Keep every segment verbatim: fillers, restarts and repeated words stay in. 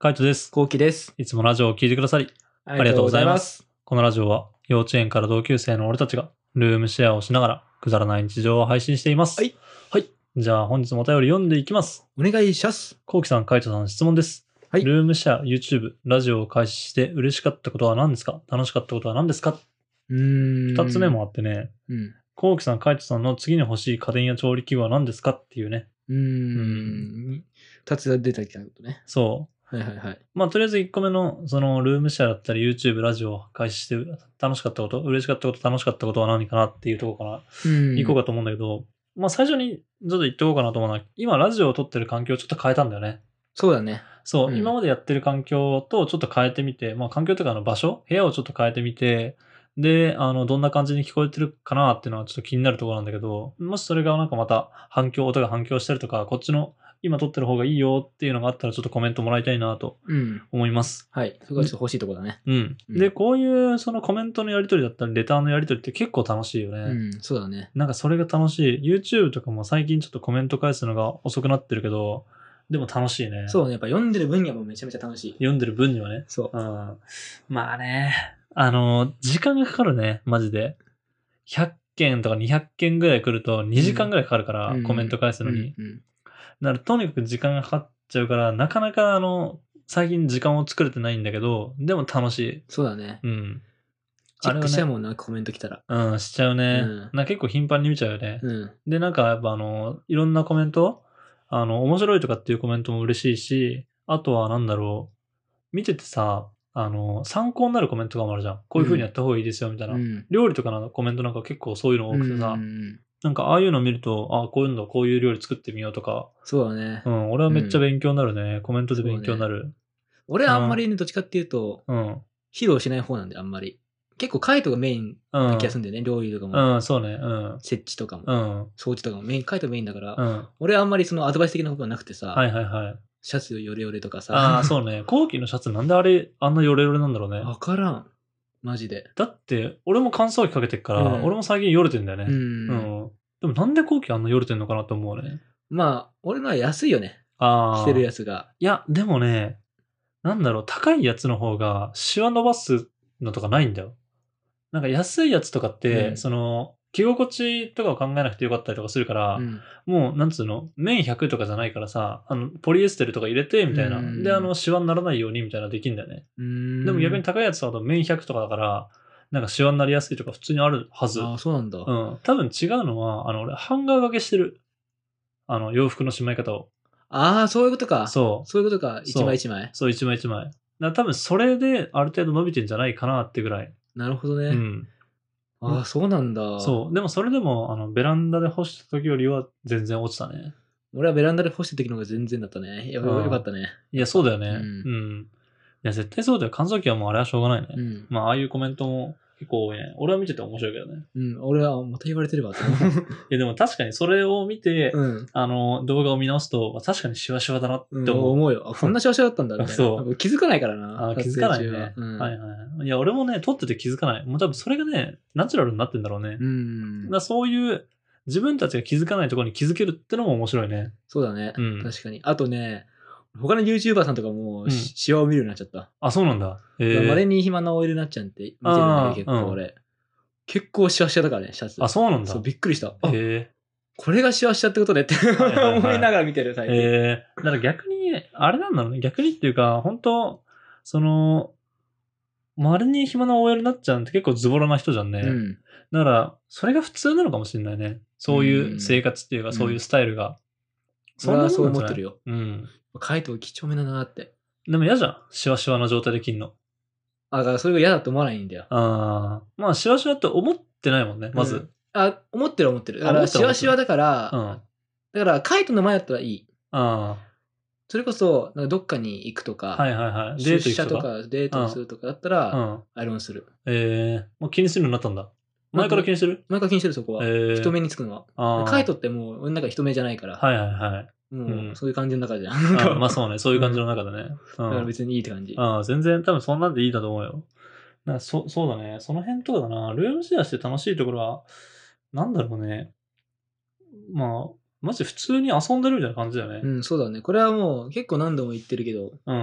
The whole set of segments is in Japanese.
カイトです。 こうきです。 いつもラジオを聞いてくださり、 ありがとうございます。このラジオは、幼稚園から同級生の俺たちが、ルームシェアをしながら、くだらない日常を配信しています。 はい。 はい。じゃあ、本日もお便り読んでいきます。 お願いします。 こうきさん、カイトさん、質問です。 はい。 ルームシェア、YouTube、ラジオを開始して嬉しかったことは何ですか？楽しかったことは何ですか？ うーん。 二つ目もあってね、 うん。 こうきさん、カイトさんの次に欲しい家電や調理器具は何ですかっていうね。 うーん。二つ出たきたことね。 そう。 はいはいはい。 まあ、とりあえずいっこめの、その、ルームシェアだったり、YouTube、ラジオを開始して、楽しかったこと、嬉しかったこと、楽しかったことは何かなっていうところから、 うん。 行こうかと思うんだけど、まあ、最初にちょっと言っておこうかなと思うのは、今、ラジオを撮ってる環境をちょっと変えたんだよね。 そうだね。 そう、 うん今までやってる環境とちょっと変えてみて、まあ、環境というか、あの、場所部屋をちょっと変えてみて、で、あの、どんな感じに聞こえてるかなっていうのはちょっと気になるところなんだけど、もしそれがなんかまた反響、音が反響したりとか、こっちの今撮ってる方がいいよっていうのがあったらちょっとコメントもらいたいなとうん。 思います。 はい。そこがちょっと欲しいところだね。 うん。 うんで、こういうそのコメントのやり取りだったり、レターのやり取りって結構楽しいよね。 うん。そうだね。 なんかそれが楽しい。YouTube とかも最近ちょっとコメント返すのが遅くなってるけど、でも楽しいね。 そうね。やっぱ読んでる分野もめちゃめちゃ楽しい。 読んでる分にはね。 そう。 うん。まあね、あの、時間がかかるね、マジで。ひゃっけんとかにひゃっけんぐらい来るとにじかんぐらいかかるから、 うんコメント返すのに。 うんうんだからとにかく時間がかかっちゃうから、なかなかあの、最近時間を作れてないんだけど、でも楽しい。 そうだね。 うん。 チェックしちゃうね、 もんな、コメント来たら。 うん、しちゃうね。 うんなんか結構頻繁に見ちゃうよね。 うん。 で、なんかやっぱあの、いろんなコメント、あの、面白いとかっていうコメントも嬉しいし、あとはなんだろう、見ててさ、あの、参考になるコメントとかもあるじゃん。こういう風にやった方がいいですよ、みたいな。 うん。 料理とかのコメントなんか結構そういうの多くてさ、 うん。 なんかああいうの見ると、あこういうの、こういう料理作ってみようとか、 そうだねう。ん、俺はめっちゃ勉強になるね。コメントで勉強になる。 俺はあんまりね、どっちかっていうと、 うん。 披露しない方なんで、あんまり。結構カイトがメインな気がするんだよね、料理とかも。 うん、そうね。うん。 設置とかも。 うん。 掃除とかもメイン、カイトメインだから、 うん。 俺はあんまりそのアドバイス的なことがなくてさ、 はいはいはい。 シャツヨレヨレとかさ。 ああ、そうね。後期のシャツなんであれ、あんなヨレヨレなんだろうね。 わからん。マジで。 だって、俺も乾燥機かけてっから、 うん俺も最近ヨレてんだよね。 う。 うんん。でもなんで後期あんなヨレてんのかなと思うね。 まあ、俺のは安いよね。 ああ。 着てるやつが。 いや、でもね、なんだろう、高いやつの方が、シワ伸ばすのとかないんだよ。なんか安いやつとかって、 うんその、着心地とかを考えなくてよかったりとかするから、 うん。 もう、なんつうの、綿ひゃくとかじゃないからさ、あの、ポリエステルとか入れて、みたいな。 うんで、あの、シワにならないように、みたいなできんだよね。 うーん。 でも逆に高いやつだと綿ひゃくとかだから、なんかシワになりやすいとか普通にあるはず。 ああ、そうなんだ。 うん。多分違うのは、あの、俺、ハンガー掛けしてる。あの、洋服のしまい方を。 ああ、そういうことか。 そう。 そういうことか。一枚一枚。 そう、一枚一枚。だから多分それである程度伸びてんじゃないかなってぐらい。 なるほどね。 うん。 ああ、そうなんだ。 そう。でもそれでも、あの、ベランダで干した時よりは全然落ちたね。 俺はベランダで干してる時の方が全然だったね。いや、 うんよかったね。 いや、そうだよね。 ううんん。いや、絶対そうだよ。乾燥機はもうあれはしょうがないね。 うん。 まあ、ああいうコメントも結構多いね。俺は見てて面白いけどね。 うん。俺はまた言われてればと思う。 いや、でも確かにそれを見て、 うん。 あの、動画を見直すと、確かにシワシワだなってうん、 思う。 思うよ。あ、こんなシワシワだったんだみたいな。 そう多分気づかないからな。 あ気づかないね撮影中は。うん。 はいはい。いや、俺もね、撮ってて気づかない。もう多分それがね、ナチュラルになってんだろうね。 うんだか。らそういう、自分たちが気づかないところに気づけるってのも面白いね。 そうだね。 うん確かに。あとね、他の YouTuber さんとかも、 うんしシワを見るようになっちゃった。 あ、そうなんだ。へえまれに暇なオイルなっちゃんって見てるんだけど、結あーうん構俺。結構シワシワだからね、シャツ。 あ、そうなんだ。 そう、びっくりした。あ、 へこれがシワシワってことねっていはいはい思いながら見てる、 え。 最近。 へえ。だから逆に、あれなんだろうね。逆にっていうか、本当その、稀に暇な オーエル なっちゃんって結構ズボラな人じゃんね。 うん。 だから、それが普通なのかもしれないね。そういう生活っていうか、 うんそういうスタイルが。 俺はそうんなもんなんじゃない思ってるよ。 うん。 カイト貴重めだなって。 でも嫌じゃん。シワシワな状態で切んの。 あ、だからそれが嫌だと思わないんだよ。 ああ。まあ、シワシワって思ってないもんね、まず。 うんあ、思ってる思ってる。だかあ思ってるらシワシワだから、 うん。あだからカイトの前だったらいい。 あそれこそ、なんかどっかに行くとか、 ー。はいはいはい。デート出社と行くとか。 かデートするとかだったうら、 ん。 アイロンする。 ええもう気にするようになったんだ。前から気にしてる毎回気にしてるそこは。 えー人目につくのは。 ああ。 カイトってもう、俺の中で人目じゃないから、 はいはいはい。 もうんうそういう感じの中じゃん。 あまあそうね、そういう感じの中でね。うん。 だから別にいいって感じ。 ああ、全然多分そんなんでいいだと思うよ。だからそそうだね。その辺とかだな。ルームシェアして楽しいところは、なんだろうね。まあ、マジ普通に遊んでるみたいな感じだよね。 うん、そうだね。これはもう結構何度も言ってるけど、 うん。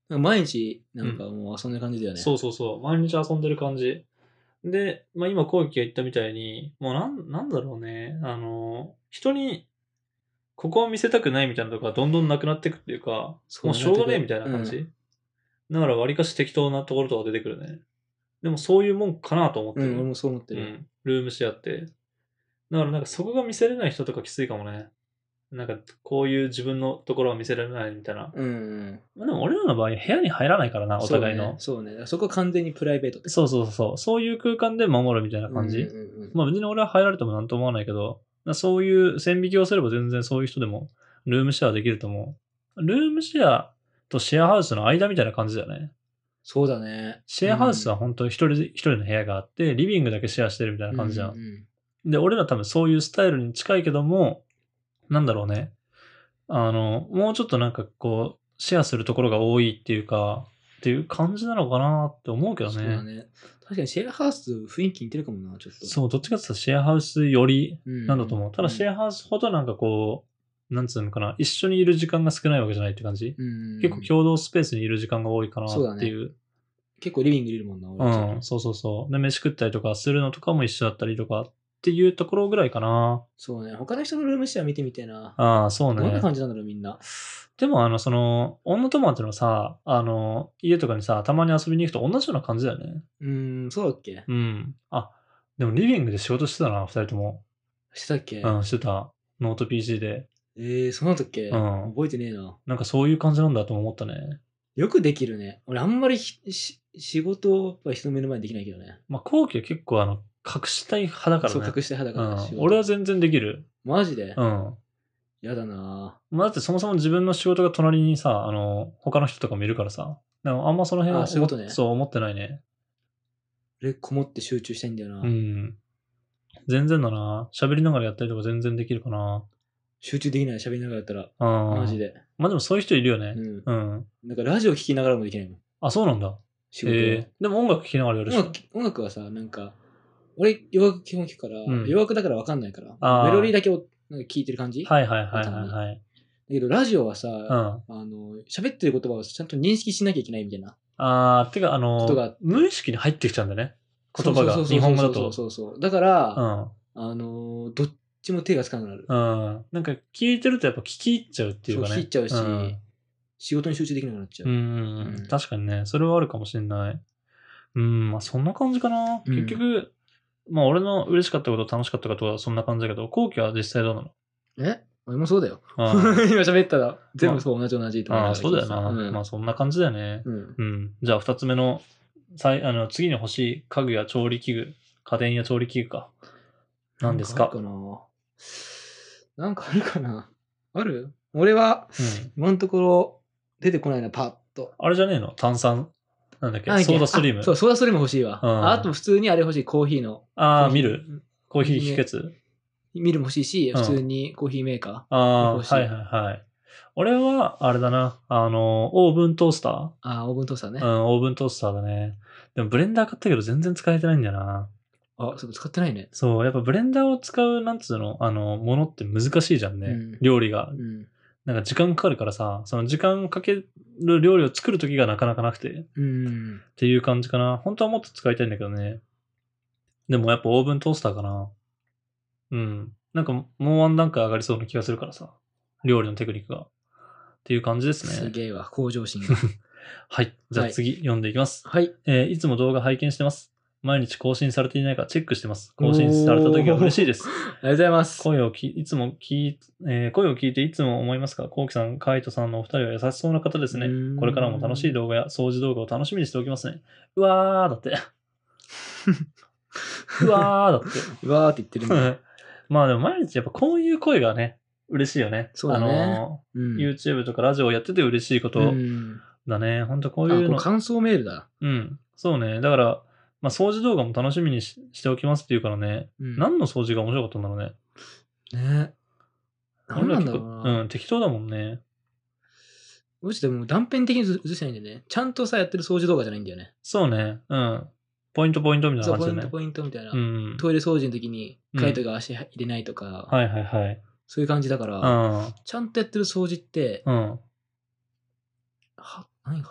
なんか毎日、なんかもう遊んでる感じだよね。 そうそうそう。毎日遊んでる感じ。で、まあ今、コウキが言ったみたいに、もうなん、なんだろうね。あの、人に、ここを見せたくないみたいなとこがどんどんなくなっていくっていうか、 そうもうしょうがねえみたいなうん感じ。だから割かし適当なところとか出てくるね。でもそういうもんかなと思ってうん、 る。 俺もそう思ってる。 うん。ルームシェアって。だからなんかそこが見せれない人とかきついかもね。なんかこういう自分のところは見せられないみたいな。 うん、うん。 まあでも俺らの場合部屋に入らないからな、お互いの。 そうね。そうね。そこは完全にプライベートって。 そうそうそう。そういう空間で守るみたいな感じ。 うんうんうんまあ別に俺は入られてもなんと思わないけど、そういう線引きをすれば全然そういう人でもルームシェアできると思う。ルームシェアとシェアハウスの間みたいな感じだよね。 そうだね。 シェアハウスは本当に一人一人の部屋があって、リビングだけシェアしてるみたいな感じじゃん。 うんうんで、俺ら多分そういうスタイルに近いけども、なんだろうね。あの、もうちょっとなんかこう、シェアするところが多いっていうか、っていう感じなのかなって思うけどね。 そうだね。確かにシェアハウス雰囲気似てるかもな、ちょっと。 そう、どっちかっていうとシェアハウスよりうんなんだと思う。ただシェアハウスほどなんかこう、なんつうのかな、一緒にいる時間が少ないわけじゃないって感じ。 うん結構共同スペースにいる時間が多いかなそうだねっていう。 結構リビングいるもんな、俺うん、そうそうそう。で、飯食ったりとかするのとかも一緒だったりとかっていうところぐらいかな。 そうね。他の人のルームシェア見てみてえな。 ああ、そうどんなね。 感じなんだろう、みんな。 でも、あの、その、女友達のさ、あの、家とかにさ、たまに遊びに行くと同じような感じだよね。 うーん、そうだっけうん。あ、でもリビングで仕事してたな、二人とも。 してたっけうん、してた。ノート ピーシー で。 えー、そうなんだっけうん覚えてねえな。 なんかそういう感じなんだと思ったね。 よくできるね。俺あんまりひし仕事をやっぱ人の目の前にできないけどね。 まあ、後期は結構あの、隠したい派だからそう、 ね。 隠して派だから、仕うん。 事俺は全然できる。 マジでうん。 やだなまあ、だってそもそも自分の仕事が隣にさ、あの、他の人とかもいるからさ。でもあんまその辺はあそういうことねそう思ってないね。 俺こもって集中したいんだよな、 うん。全然だな。喋りながらやったりとか全然できるかな。 集中できない喋りながらやったら。 うん。 マジで。 まあでもそういう人いるよね。 うん。 うん。 なんかラジオ聞きながらもできないもん。 あ、そうなんだ。 仕事は。 ええでも音楽聴きながらやるし。 音楽音楽はさ、なんか、俺洋楽基本聞くから、 うん洋楽だからわかんないから、 あーメロディーだけをなんか聞いてる感じ、 はいはいはいはいはい。 だけどラジオはさ、 うん。 あの、喋ってる言葉をちゃんと認識しなきゃいけないみたいな。 あー、てかあことがあって、 の無意識に入ってきちゃうんだね。言葉が。 そうそうそうそう日本語だと。 そうそうそう。だから、 うん。 あの、どっちも手がつかなくなる。 うん。なんか聞いてるとやっぱ聞き入っちゃうっていうかね。 そう聞いちゃうしうん。 仕事に集中できなくなっちゃう。 うんうん確かにね。それはあるかもしれない。うん、まあそんな感じかな。 うん結局、まあ俺の嬉しかったこと楽しかったことはそんな感じだけど、後期は実際どうなのえ俺もそうだよ。 あ今喋ったら、全部そう同じ同じと思いあー、 ながらそうだよな。 うんまあそんな感じだよね。 うん。 うん。じゃあ二つ目の、さいあの次に欲しい家具や調理器具、家電や調理器具か。何ですかなんかあるかななんかあるかなある俺は、 うん。 今のところ出てこないな、パッと。 あれじゃねえの炭酸なんだっけなんだっけソーダストリームあそう、ソーダストリーム欲しいわ。 うんあと普通にあれ欲しい、コーヒーの。 ああ、 コーヒー見るコーヒー秘訣ミルも欲しいし、 うん普通にコーヒーメーカー。 ああ、 欲しいはいはいはい。俺は、あれだな。あの、オーブントースターあ、オーブントースターね。 うん、オーブントースターだね。でもブレンダー買ったけど全然使えてないんだよな。 あ、そう使ってないね。 そう、やっぱブレンダーを使う、なんつうの、あの、ものって難しいじゃんね。 うん料理がう。ん。 なんか時間かかるからさ、その時間かける料理を作る時がなかなかなくて。 うん。 っていう感じかな。本当はもっと使いたいんだけどね。でもやっぱオーブントースターかな。うん。なんかもうワン段階上がりそうな気がするからさ。料理のテクニックが。っていう感じですね。 すげえわ、向上心が。 はい。じゃあはい次読んでいきます。 はい。 えーいつも動画拝見してます。毎日更新されていないかチェックしてます。更新された時は嬉しいです。 ありがとうございます。 声をきいつも聞い、えー声を聞いていつも思いますが、コウキさん、カイトさんのお二人は優しそうな方ですねうーん。 これからも楽しい動画や掃除動画を楽しみにしておきますね。うわーだって。うわーだって。 うわーって言ってるね。 まあでも毎日やっぱこういう声がね、嬉しいよね。 そうだねあのうん。 YouTube とかラジオをやってて嬉しいことうんだね。ほんとこあ、 ういうの。 これ感想メールだ。 うん。そうね。だから、まあ掃除動画も楽しみに し, しておきますっていうからね。 うん何の掃除が面白かったんだろうね。 ね。何なんだろうな。 俺ら結構うん、適当だもんね。 うちでも断片的に映してないんだよね。ちゃんとさ、やってる掃除動画じゃないんだよね。 そうね。うん。ポイントポイントみたいそう、 な感じだね。 ポイントポイントみたいな。 うん。 トイレ掃除の時に、 うんカイトが足入れないとか、 はいはいはい。 そういう感じだから、 うん。 ちゃんとやってる掃除って、 うん。 は、何があった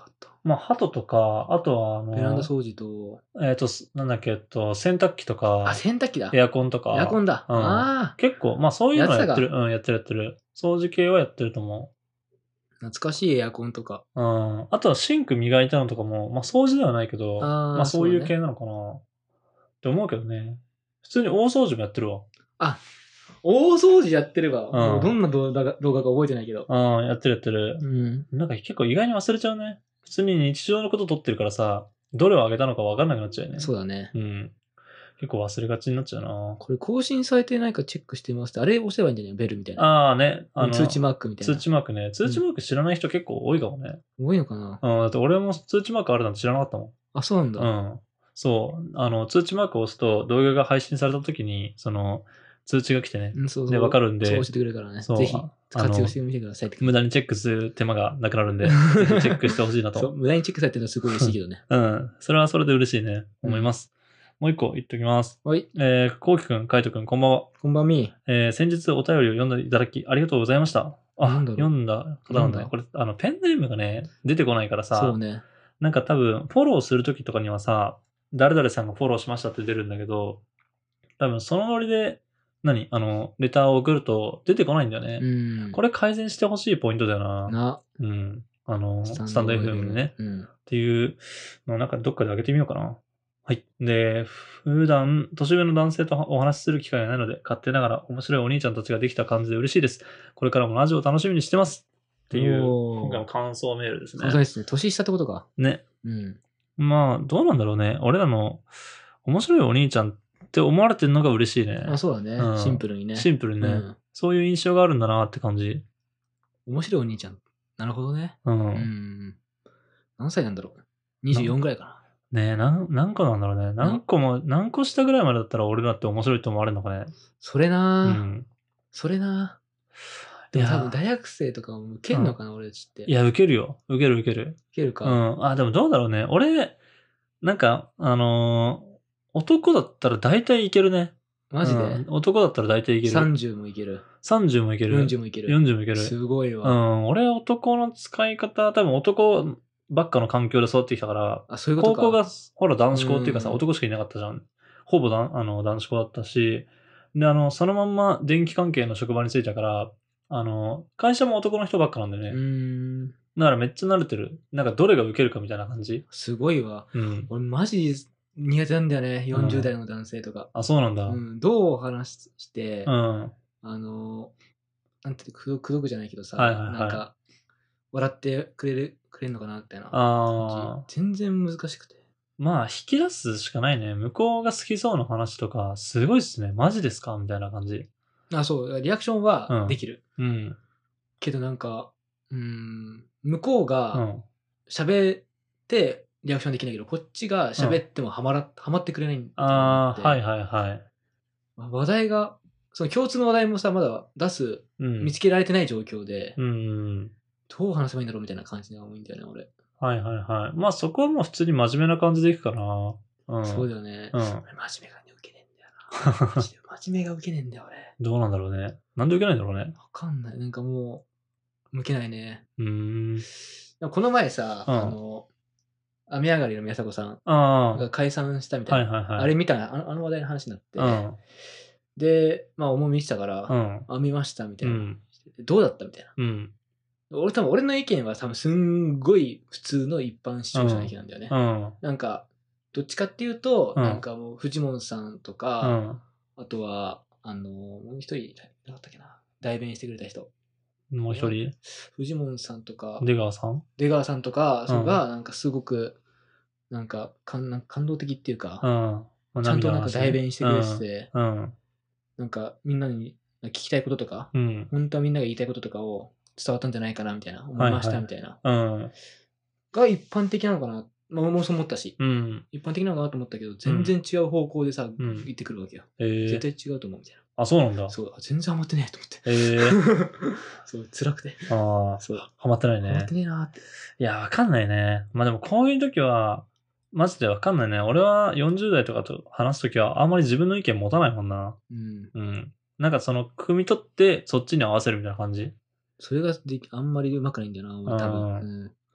まあ、鳩とか、あとは、あベランダの、 掃除と、 えっと、すなんだっけ、えっと、洗濯機とあ、 か、 洗濯機だ。 エアコンとか、 エアコンだ。 うん。 ああ、 結構、まあ、そういうやってたのはやってる。 か。 うん、やってるやってる。掃除系はやってると思懐かしいエアコンとか。 う。うん。あとはシンク磨いたのとかも、まあ、掃除ではないけど、まあ、 ああ、 そういう系そうだね。 なのかなって思うけどね。普通に大掃除もやってるわ。 あ、大掃除やってれば、 うんもうどんな動画が動画か覚えてないけど。 うん、やってるやってる。 うん。 なんか結構意外に忘れちゃうね。普通に日常のこと撮ってるからさ、どれをあげたのか分かんなくなっちゃうよね。 そうだね。 うん。結構忘れがちになっちゃうな。 これ更新されてないかチェックしてますって、あれ押せばいいんじゃないベルみたいな。 ああね、あの、 通知マークみたい通な。 知マークね。通知マーク知らない人結構多いかもね。 多いのかな。 うん、だって俺も通知マークあるなんて知らなかったもあ、そうなんん。うだ。 ん。そう。あの、通知マークを押すと動画が配信された時に、その、通知が来てね。 うん、そうそう。 で、わかるんそう教で、 えてくれるからね。 そうぜひあ活用のしてみてくださいって感無じ。 駄にチェックする手間がなくなるんで、ぜひチェックしてほしいなそう、 と。 無駄にチェックされてるのすごい嬉しいけどね。 うん。それはそれで嬉しいね。 うん思います。もう一個言っときます。 はい、 えー、こうきくん、かいとくん、こんばんは。 こんばんみ。 えー、先日お便りを読んでいただきありがとうございました。あ、 なんだろう読んだ方なんだね。 なんだこれ、あの、ペンネームがね、出てこないからさ、 そうね。 なんか多分、フォローするときとかにはさ、誰々さんがフォローしましたって出るんだけど、多分そのノリで、何あの、レターを送ると出てこないんだよね。 うん。 これ改善してほしいポイントだよな。 な、 うん。あの、 ススタンドタンドエフエム でね。 うん。 っていうのをなんかどっかで上げてみようかな。はい。で、普段、年上の男性とお話しする機会がないので、勝手ながら面白いお兄ちゃんたちができた感じで嬉しいです。これからもラジオを楽しみにしてます。っていう、 おー今回の感想メールですね。 関西ですね。年下ってことか。 ね。 うん。 まあ、どうなんだろうね。俺らの面白いお兄ちゃんって思われてるのが嬉しいね。 あ、そうだね。 うんシンプルにね。 シンプルにね、 うん。 そういう印象があるんだなって感じ。 面白いお兄ちゃん。なるほどね。 うん。 うん。何歳なんだろう ?にじゅうよん ぐらいかな。 ねえ、なん何個なんだろうね。何個も、何個下ぐらいまでだったら俺らって面白いと思われるのかね。 それなぁ。 うん。 それなぁ。でいやーも多分大学生とかも受けんのかな、俺たちって。 いや、受けるよ。受ける受ける。 受けるか。 うん。あ、でもどうだろうね。俺、なんか、あのー男だったら大体いけるね。 マジで、 うん男だったら大体いける。 さんじゅうもいける。 さんじゅうもいける。 よんじゅうもいける。 よんじゅうもいける。 すごいうわ。 ん。俺男の使い方、多分男ばっかの環境で育ってきたから、 あ、そういうことか。 高校が、ほら男子校っていうかさ、 うん男しかいなかったじゃん。ほぼだんあの男子校だったし、で、あの、そのまんま電気関係の職場に就いたから、あの、会社も男の人ばっかなんでね。 うーん。 だからめっちゃ慣れてる。なんかどれが受けるかみたいな感じ。 すごいわ。 うん。 俺マジ苦手なんだよね。よんじゅう代の男性とか。 あ、そうなんだ。 ううん。 ん。どう話して、 はあの、なんていうのくどくどくじゃないけどさ、 はいはいはいなんか、笑ってくれる、くれるのかなみたいな感あじ。全然難しくて。 まあ、引き出すしかないね。向こうが好きそうな話とか、すごいっすね。マジですかみたいな感じ。 あ、そう、リアクションはできる。 うん。 けどなんか、うーん、向こううがん。 喋ってリアクションできないけど、こっちが喋ってもはまら、はまってくれないんだよああ、はいい。 はいはい。 話題が、その共通の話題もさ、まだ出す、 うん。 見つけられてない状況で、 うんうん。 どう話せばいいんだろうみたいな感じが多いんだよね、俺。 はいはいはい。まあそこはもう普通に真面目な感じでいくかな。うん。 そうだよね。 うん。 俺真面目がね、受けねえんだよな。マジで真面目が受けねえんだよ、俺。 どうなんだろうね。なんで受けないんだろうね。 わかんない。なんかもう、向けないね。 うーん。 でもこの前さ、 うんあの、雨上がりの宮迫さんあが解散したみあ。 たな。 はいいはいはい。 あれ見たあのあの話題の話になって、 うん。 で、まあ、思い見てたから、 うん。 あ、見ましたみたいな、 うん。 どうだったみたいな。 うん。 俺多分、俺の意見は多分、すんごい普通の一般視聴者の意見なんだよね。 うん。 なんか、どっちかっていうと、 うんなんかもう、フジモンさんとうか、 ん。 あとは、あの、もう一人、いなかったっけな。代弁してくれた人。 もう一人フジモンさんとか、 出川さん出川さんとか、 うんそが、なんかすごく、なんか感、なんか感動的っていうか、 うん。 ちゃんとなんか代弁してくれてて、 うん。 なんかみんなに聞きたいこととか、 うん。 本当はみんなが言いたいこととかを伝わったんじゃないかなみたいな、思いましはいはいたみたいな。 うん。 が一般的なのかな、まあ、もうそう思ったし、 うん。 一般的なのかなと思ったけど、全然違う方向でさ、 ん言ってくるわけよ。 えー、 絶対違うと思うみたいな。 あ、そうなんだ。 そう、あ全然ハマってねえと思って。 えー、 そう、辛くて。 ああ、 そう。 ハマってないねハマって。ねえなーって。 いや、わかんないね。まあでもこういう時は、マジでわかんないね。俺はよんじゅう代とかと話す時はあんまり自分の意見持たないもんな。 うん。 うん。なんかその、汲み取ってそっちに合わせるみたいな感じ。 それができあんまりうまくないんだよな、俺多分。 うんうん。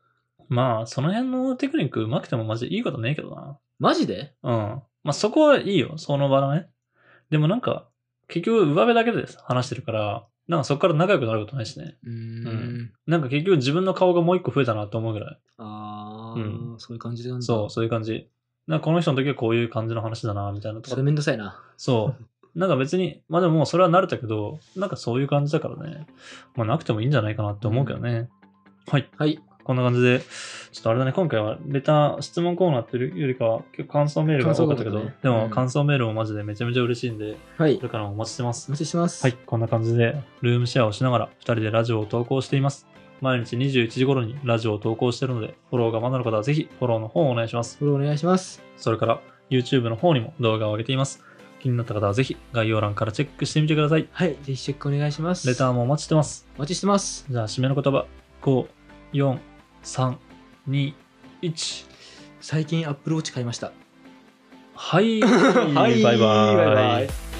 まあ、その辺のテクニック上手くてもマジでいいことねえけどな。 マジで？ うん。まあ、そこはいいよ。その場のね。でもなんか、結局、上辺だけで話してるから、なんかそこから仲良くなることないしね。 うーん。 うんなんか結局自分の顔がもう一個増えたなと思うぐらい。 ああ、 うんそういう感じなんだ。 そう、そういう感じ。なんかこの人の時はこういう感じの話だな、みたいなとか。 それめんどくさいな。 そう。なんか別に、まあでももうそれは慣れたけど、なんかそういう感じだからね。まあなくてもいいんじゃないかなって思うけどね。はい。 はい。 こんな感じで、ちょっとあれだね、今回はレター、質問コーナーっていうよりかは、結構感想メールが多かったけど、 感想が多かったねでもうん感想メールもマジでめちゃめちゃ嬉しいんで、 はいこれ。からもお待ちしてますお。待ちしてます。 はい、こんな感じで、ルームシェアをしながら、ふたりでラジオを投稿しています。毎日にじゅういちじ頃にラジオを投稿しているので、フォローがまだの方はぜひフォローの方をお願いします。 フォローお願いします。 それから、YouTube の方にも動画を上げています。気になった方はぜひ概要欄からチェックしてみてください。 はい。ぜひチェックお願いします。 レターもお待ちしてます。 お待ちしてます。 じゃあ、締めの言葉、ご、よん、さん、に、いち。 最近アップルウォッチ買いました。 はい。 はいバイバイ。 バイバイ